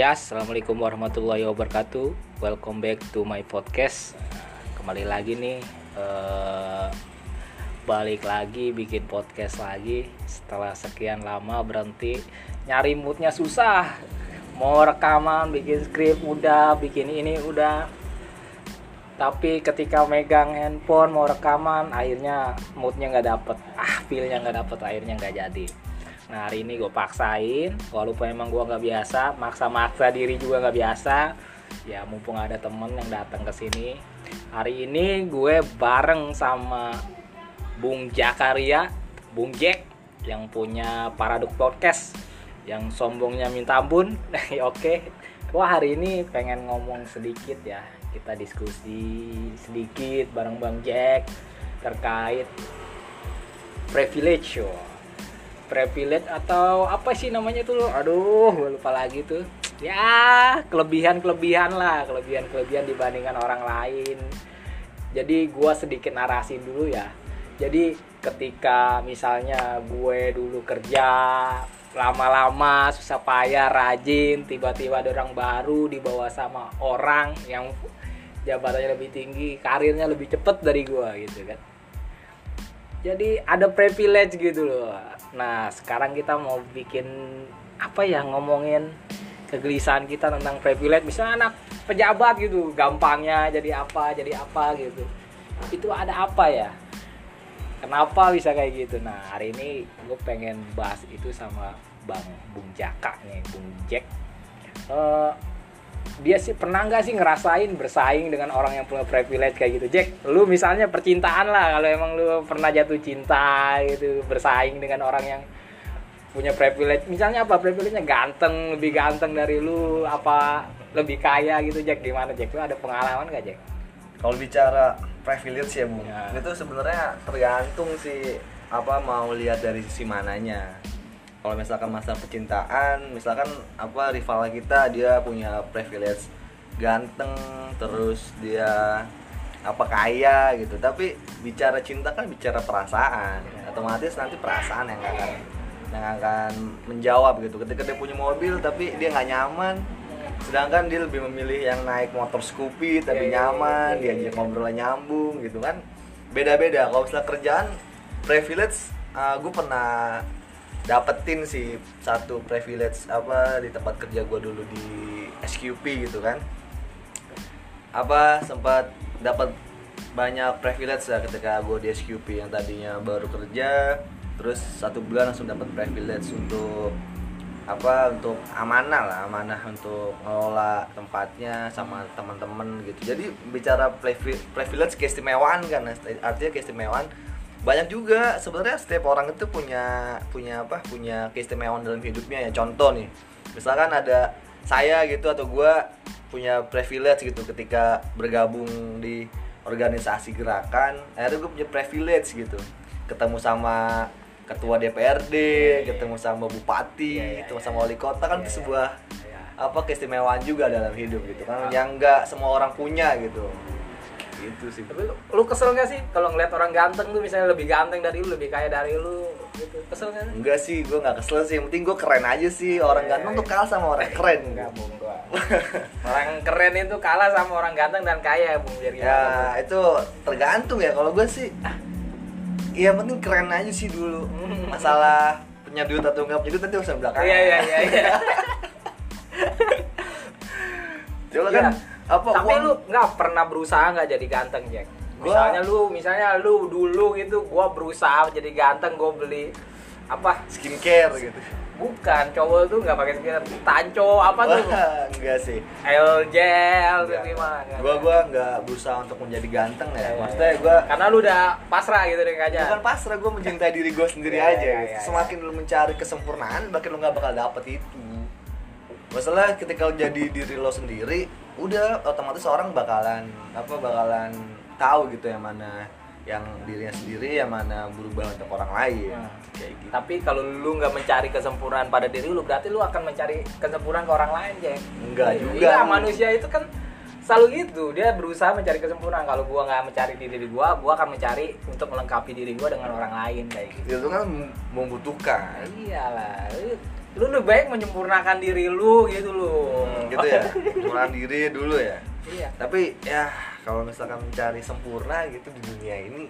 Ya, assalamualaikum warahmatullahi wabarakatuh. Welcome back to my podcast. Kembali lagi nih, balik lagi bikin podcast lagi setelah sekian lama berhenti. Nyari moodnya susah. Mau rekaman, bikin skrip udah, bikin ini udah. Tapi ketika megang handphone mau rekaman, akhirnya moodnya nggak dapet. Feelnya nggak dapet, akhirnya nggak jadi. Nah, hari ini gue paksain, walaupun emang gue nggak biasa, maksa diri juga nggak biasa. Ya mumpung ada temen yang datang ke sini. Hari ini gue bareng sama Bung Jakaria, Bung Jack, yang punya Paradok Podcast, yang sombongnya minta ampun. Oke, gue hari ini pengen ngomong sedikit ya. Kita diskusi sedikit bareng Bang Jack terkait privilege. Privilege atau apa sih namanya tuh? Aduh, gue lupa lagi tuh. Ya, kelebihan dibandingkan orang lain. Jadi gue sedikit narasi dulu ya. Jadi ketika misalnya gue dulu kerja lama-lama susah payah rajin, tiba-tiba ada orang baru dibawa sama orang yang jabatannya lebih tinggi, karirnya lebih cepet dari gue gitu kan. Jadi ada privilege gitu loh. Nah, sekarang kita mau bikin ngomongin kegelisahan kita tentang privilege. Misalnya anak pejabat gitu, gampangnya jadi apa gitu. Itu ada apa ya? Kenapa bisa kayak gitu? Nah, hari ini gue pengen bahas itu sama Bung Jaka nih, Bung Jack. Dia sih pernah nggak sih ngerasain bersaing dengan orang yang punya privilege kayak gitu, Jack? Lu misalnya percintaan lah, kalau emang lu pernah jatuh cinta gitu, bersaing dengan orang yang punya privilege. Misalnya apa privilege-nya? Ganteng, lebih ganteng dari lu, apa lebih kaya gitu, Jack? Gimana, Jack? Lu ada pengalaman nggak, Jack? Kalau bicara privilege ya, Bung, ya. Itu sebenarnya tergantung sih mau lihat dari sisi mananya. Kalau misalkan masa percintaan, misalkan rival kita dia punya privilege ganteng, terus dia kaya gitu. Tapi bicara cinta kan bicara perasaan. Otomatis nanti perasaan yang akan menjawab gitu. Ketika dia punya mobil tapi dia nggak nyaman, sedangkan dia lebih memilih yang naik motor Scoopy tapi nyaman, diajak ngobrolnya nyambung gitu kan. Beda-beda. Kalau misalnya kerjaan privilege, gue pernah dapetin sih satu privilege di tempat kerja gue dulu di SQP gitu kan. Sempat dapat banyak privilege lah ketika gue di SQP yang tadinya baru kerja, terus 1 bulan langsung dapat privilege untuk amanah untuk ngelola tempatnya sama teman-teman gitu. Jadi bicara privilege keistimewaan kan, artinya keistimewaan banyak juga. Sebenarnya setiap orang itu punya keistimewaan dalam hidupnya ya. Contoh nih, misalkan ada saya gitu atau gue punya privilege gitu ketika bergabung di organisasi gerakan, akhirnya gue punya privilege gitu ketemu sama ketua DPRD, ketemu sama bupati, ketemu sama wali kota kan itu sebuah keistimewaan juga dalam hidup gitu kan, yang nggak semua orang punya gitu. Itu sih. Tapi lu kesel gak sih kalau ngeliat orang ganteng tuh, misalnya lebih ganteng dari lu, lebih kaya dari lu gitu? Kesel gak sih? Enggak sih, gue gak kesel sih. Yang penting gue keren aja sih. Orang ganteng tuh kalah sama orang keren. Enggak, Bung. Orang keren itu kalah sama orang ganteng dan kaya, Bung. Biar ya, itu tergantung ya. Kalau gue sih yang penting keren aja sih dulu. Masalah punya duit atau enggak punya duit nanti usah belakangan. Iya. Coba kan tapi lu nggak pernah berusaha nggak jadi ganteng, Jack? Misalnya lu dulu gitu, gua berusaha jadi ganteng, gua beli skincare gitu. Bukan, cowok tuh nggak pakai skincare, tanco tuh? Enggak sih. Air gel gimana? Gua nggak berusaha untuk menjadi ganteng ya. Maksudnya gua karena lu udah pasrah gitu deh aja. Bukan pasrah, gua mencintai diri gua sendiri aja. Gitu. Semakin lu mencari kesempurnaan, makin lu nggak bakal dapet itu. Masalah ketika lu jadi diri lo sendiri, udah otomatis orang bakalan tahu gitu yang mana yang dirinya sendiri, yang mana berubah untuk orang lain. Kayak gitu. Tapi kalau lu nggak mencari kesempurnaan pada diri lu, berarti lu akan mencari kesempurnaan ke orang lain, Jack. Enggak juga. Iya, manusia itu kan selalu gitu, dia berusaha mencari kesempurnaan. Kalau gua nggak mencari di diri gua akan mencari untuk melengkapi diri gua dengan orang lain kayak gitu. Itu kan membutuhkan. Iyalah, Lu lebih baik menyempurnakan diri lu gitu lu. Gitu ya, kurang diri dulu ya. Iya. Tapi ya kalau misalkan mencari sempurna gitu di dunia ini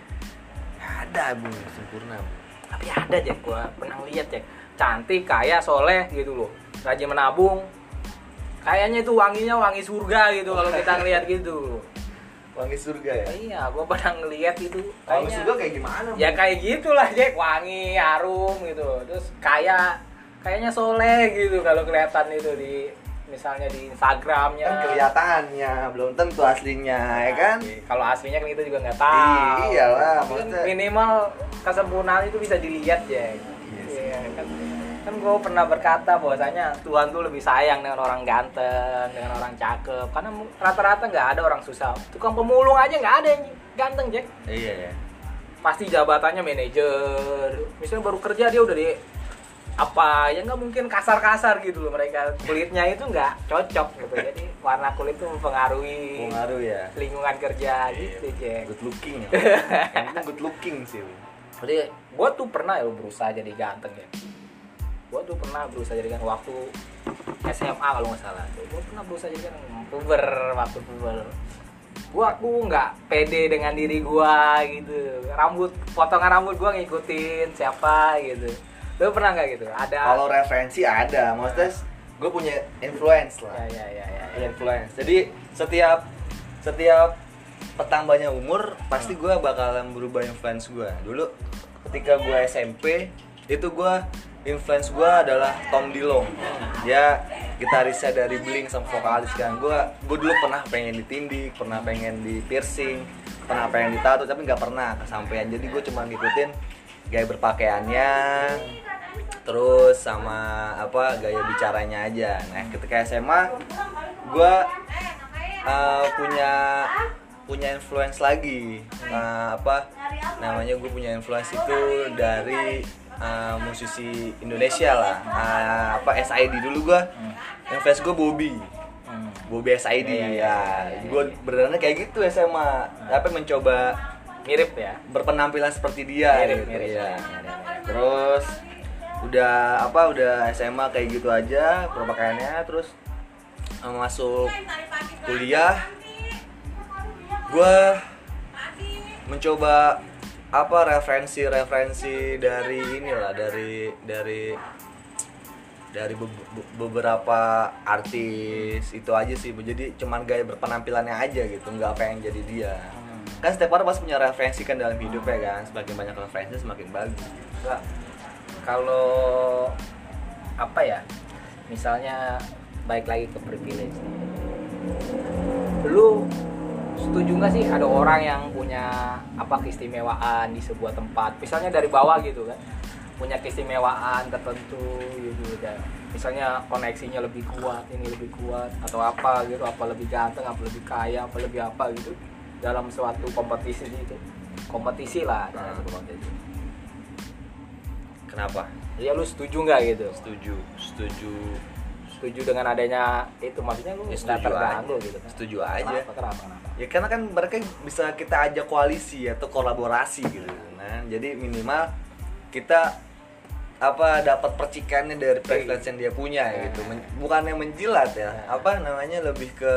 ada Bung sempurna Bung. Tapi ada Jack, gua pernah lihat Jack, cantik, kaya, soleh gitu loh, rajin menabung, kayaknya itu wanginya wangi surga gitu kalau kita ngelihat gitu. Wangi surga ya? Iya, gua pernah ngelihat itu. Wangi surga kayak gimana Bung? Ya kayak gitulah Jack, wangi, harum gitu. Terus kayaknya soleh gitu kalau kelihatan itu di misalnya di Instagramnya. Kan kelihatannya, belum tentu aslinya, ya kan? Kalau aslinya kan kita juga nggak tahu. Iyalah, Tapi kan maksudnya minimal kesempurnaan itu bisa dilihat ya. Iya sih. Kan gue pernah berkata bahwasanya Tuhan tuh lebih sayang dengan orang ganteng, dengan orang cakep. Karena rata-rata nggak ada orang susah. Tukang pemulung aja nggak ada yang ganteng Jack. Iya ya. Pasti jabatannya manajer. Misalnya baru kerja dia udah di apa ya, nggak mungkin kasar-kasar gitu loh, mereka kulitnya itu nggak cocok gitu. Jadi warna kulit itu mempengaruhi Pengaruh ya. lingkungan kerja gitu Jack. Good looking ya. Yang penting good looking sih. Jadi gue tuh pernah ya berusaha jadi ganteng ya. Gue tuh pernah berusaha jadi ganteng waktu SMA kalau nggak salah. Gue pernah berusaha jadi ganteng waktu puber. Aku nggak pede dengan diri gue gitu. Potongan rambut gue ngikutin siapa gitu. Lu pernah nggak gitu? Ada. Kalau referensi ada, maksudnya gue punya influence lah. Ya. Influence. Jadi setiap bertambahnya umur pasti gue bakalan berubah influence gue. Dulu ketika gue SMP itu gue influence gue adalah Tom Dilong. Dia gitarisnya dari Blink sama vokalis kan. Gue dulu pernah pengen ditindik, pernah pengen di piercing, pernah pengen ditato tapi nggak pernah kesampaian. Jadi gue cuma ngikutin gaya berpakaiannya, terus sama gaya bicaranya aja. Nah ketika SMA gue punya influence lagi. Gue punya influence itu dari musisi Indonesia lah. SID dulu gue. Influence gue Bobby SID ya. Gue beneran kayak gitu SMA. Tapi mencoba mirip ya, berpenampilan seperti dia. Mirip. Ya. Terus udah SMA kayak gitu aja berpakaiannya. Terus masuk kuliah gue mencoba referensi dari inilah dari beberapa artis itu aja sih. Jadi cuman gaya berpenampilannya aja gitu, nggak pengen jadi dia. Kan setiap orang pasti punya referensi kan dalam hidup ya kan. Semakin banyak referensi semakin bagus. Enggak. Kalau misalnya baik lagi ke privilege nih. Lu setuju nggak sih ada orang yang punya keistimewaan di sebuah tempat, misalnya dari bawah gitu kan, punya keistimewaan tertentu gitu, dan misalnya koneksinya lebih kuat, ini lebih kuat atau gitu, lebih ganteng, lebih kaya, lebih gitu dalam suatu kompetisi lah dalam suatu kompetisi. Kenapa? Ya lu setuju nggak gitu? Setuju dengan adanya itu, maksudnya lu nggak terganggu gitu kan? Setuju aja. Kenapa? Ya karena kan mereka bisa kita ajak koalisi atau kolaborasi gitu. Nah, jadi minimal kita dapat percikannya dari privilege yang dia punya gitu. Bukannya menjilat ya. Lebih ke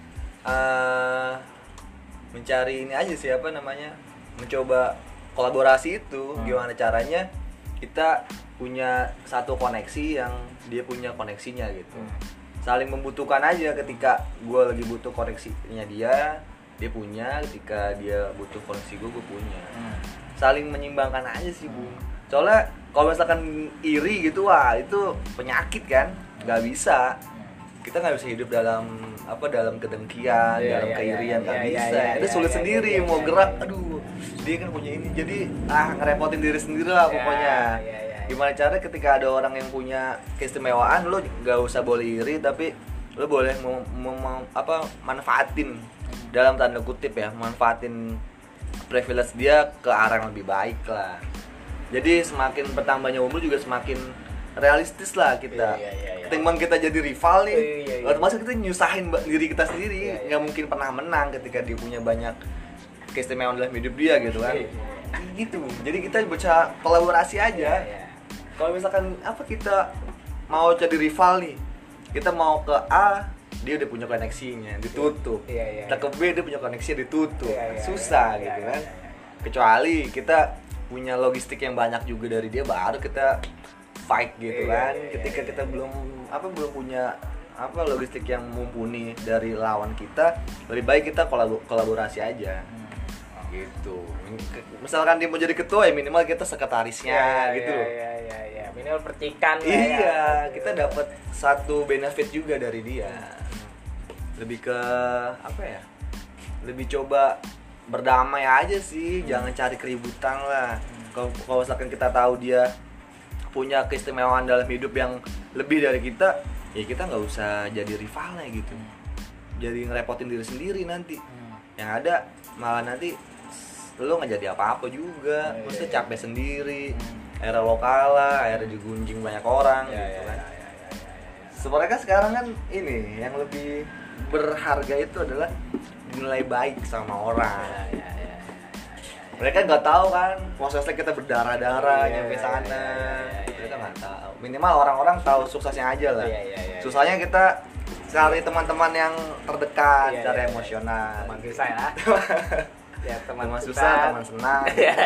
mencari ini aja sih, mencoba kolaborasi itu. Gimana caranya kita punya satu koneksi yang dia punya koneksinya gitu. Saling membutuhkan aja. Ketika gue lagi butuh koneksinya dia punya. Ketika dia butuh koneksi gue punya. Saling menyimbangkan aja sih Bu. Soalnya kalau misalkan iri gitu, wah itu penyakit kan, nggak bisa. Kita nggak bisa hidup dalam kedengkian, dalam keirian, nggak bisa. Itu sulit sendiri mau gerak. Aduh, dia kan punya ini, jadi ngerepotin diri sendiri lah pokoknya. Gimana cara ketika ada orang yang punya keistimewaan, lo nggak usah boleh iri, tapi lo boleh manfaatin dalam tanda kutip ya, manfaatin privilege dia ke arah yang lebih baik lah. Jadi semakin bertambahnya umur juga semakin realistis lah kita. Ketimbang kita jadi rival nih, otomatis kita nyusahin diri kita sendiri. Nggak mungkin pernah menang ketika dia punya banyak keistimewaan dalam hidup dia gitu kan. Gitu. Jadi kita bisa kolaborasi aja. Kalau misalkan kita mau jadi rival nih, kita mau ke A, dia udah punya koneksinya, ditutup. Kita ke B, dia punya koneksi, ditutup. Susah gitu kan. Kecuali kita punya logistik yang banyak juga dari dia, baru kita fight gitu kan. Ketika kita belum punya logistik yang mumpuni dari lawan kita, lebih baik kita kolaborasi aja. Gitu. Misalkan dia mau jadi ketua, ya minimal kita sekretarisnya gitu loh. Iya. Minimal percikan. Iya, kita dapat satu benefit juga dari dia. Lebih ke apa ya? Lebih coba berdamai aja sih, jangan cari keributan lah. Kalau misalkan kita tahu dia punya keistimewaan dalam hidup yang lebih dari kita, ya kita nggak usah jadi rivalnya gitu. Jadi ngerepotin diri sendiri nanti. Yang ada malah nanti lo nggak jadi apa-apa juga, mesti capek sendiri, akhirnya lo kalah, akhirnya digunjing banyak orang gitu kan. Sebenarnya kan sekarang kan ini yang lebih berharga itu adalah dinilai baik sama orang. Mereka nggak tahu kan prosesnya kita berdarah-darah nyampe sana. Mereka nggak tahu. Minimal orang-orang tahu suksesnya aja lah. Susahnya kita cari teman-teman yang terdekat, cari emosional. Teman susah ya. Ya teman susah, teman senang.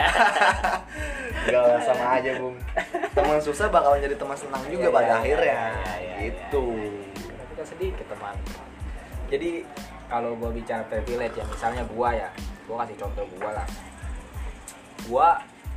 Gak sama aja Bung. Teman susah bakal jadi teman senang juga pada akhirnya. Gitu. Tapi kan sedikit teman. Jadi kalau gue bicara privilege ya, misalnya gue kasih contoh gue lah. Gue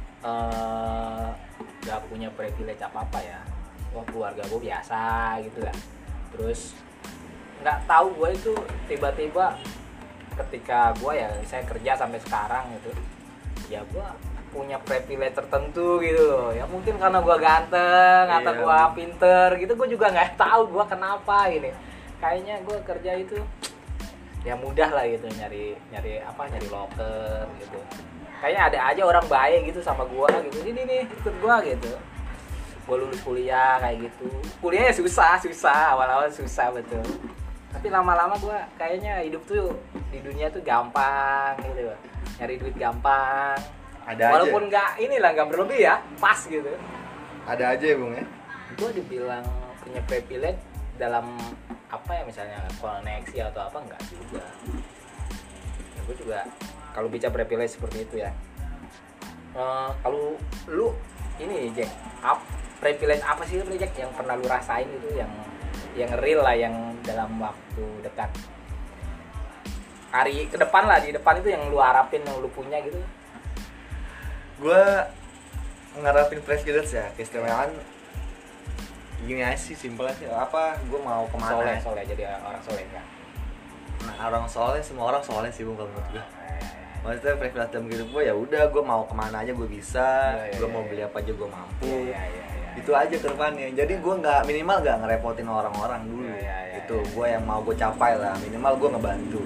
gak punya privilege apa-apa ya. Keluarga gue biasa gitu lah. Terus nggak tahu gue itu tiba-tiba ketika gue saya kerja sampai sekarang gitu, ya gue punya privilege tertentu gitu loh. Ya mungkin karena gue ganteng atau gue pinter gitu, gue juga nggak tahu gue kenapa ini. Kayaknya gue kerja itu ya mudah lah gitu, nyari loker gitu. Kayaknya ada aja orang baik gitu sama gue gitu. Ini nih ikut gue gitu. Gue lulus kuliah kayak gitu. Kuliahnya susah, awal-awal susah betul. Tapi lama-lama gue kayaknya hidup tuh di dunia tuh gampang gitu. Nyari duit gampang. Walaupun nggak berlebih ya, pas gitu. Ada aja ya Bung ya. Gue dibilang punya privilege dalam apa ya, misalnya koneksi atau apa, enggak juga. Ya, gue juga kalau bicara privilege seperti itu ya. Kalau lu ini Jack, privilege apa sih Jack yang pernah lu rasain gitu, yang real lah, yang dalam waktu dekat, hari ke depan lah, di depan itu yang lu harapin, yang lu punya gitu? Gue ngarapin privilege ya, keistimewaan gini aja sih, simpel aja. Gue mau kemana? Soleh jadi orang soleh kan? Nah, orang soleh, semua orang soleh sih Bung kalau menurut gue. Maksudnya privilege dalam hidup gue ya udah, gue mau kemana aja gue bisa, gue mau beli apa aja gue mampu. Itu aja ke depannya. Jadi gue minimal nggak ngerepotin orang-orang dulu. Itu gue yang mau gue capai lah, minimal gue ngebantu.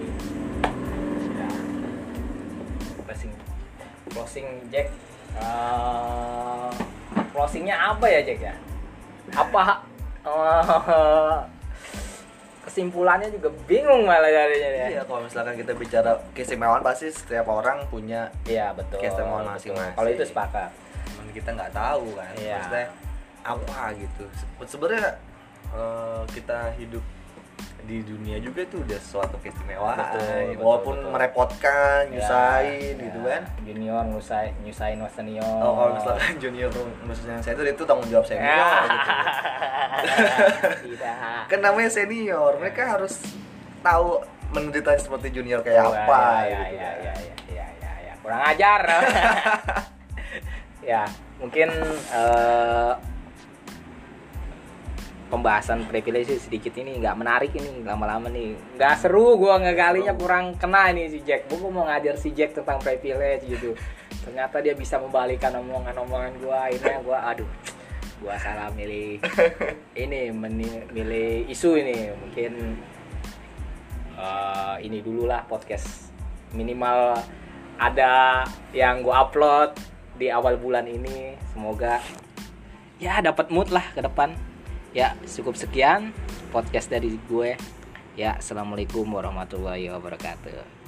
Closing Jack, closingnya apa ya Jack ya? Apa kesimpulannya juga bingung malah jadinya ya. Iya, kalau misalkan kita bicara keistimewaan, pasti setiap orang punya betul, keistimewaan masing-masing. Kalau itu sepakat. Cuman kita nggak tahu kan, maksudnya apa gitu. Sebenarnya kita hidup di dunia juga itu udah suatu keistimewaan. Walaupun merepotkan, nyusahin gitu kan. Junior nyusahin senior. Kalau misalkan junior nyusahin saya itu tanggung jawab senior gitu. Tidak. Kan namanya senior, mereka harus tahu menderita seperti junior kayak apa gitu. Ya. Kurang ajar. Ya, mungkin pembahasan privilege sedikit ini nggak menarik ini, lama-lama nih nggak seru, gue ngegalinya kurang kena ini si Jack. Gue mau ngajar si Jack tentang privilege gitu, ternyata dia bisa membalikan omongan gue. Akhirnya gue salah milih ini, milih isu ini. Mungkin ini dulu lah podcast, minimal ada yang gue upload di awal bulan ini. Semoga ya dapat mood lah ke depan. Ya, cukup sekian podcast dari gue. Ya, assalamualaikum warahmatullahi wabarakatuh.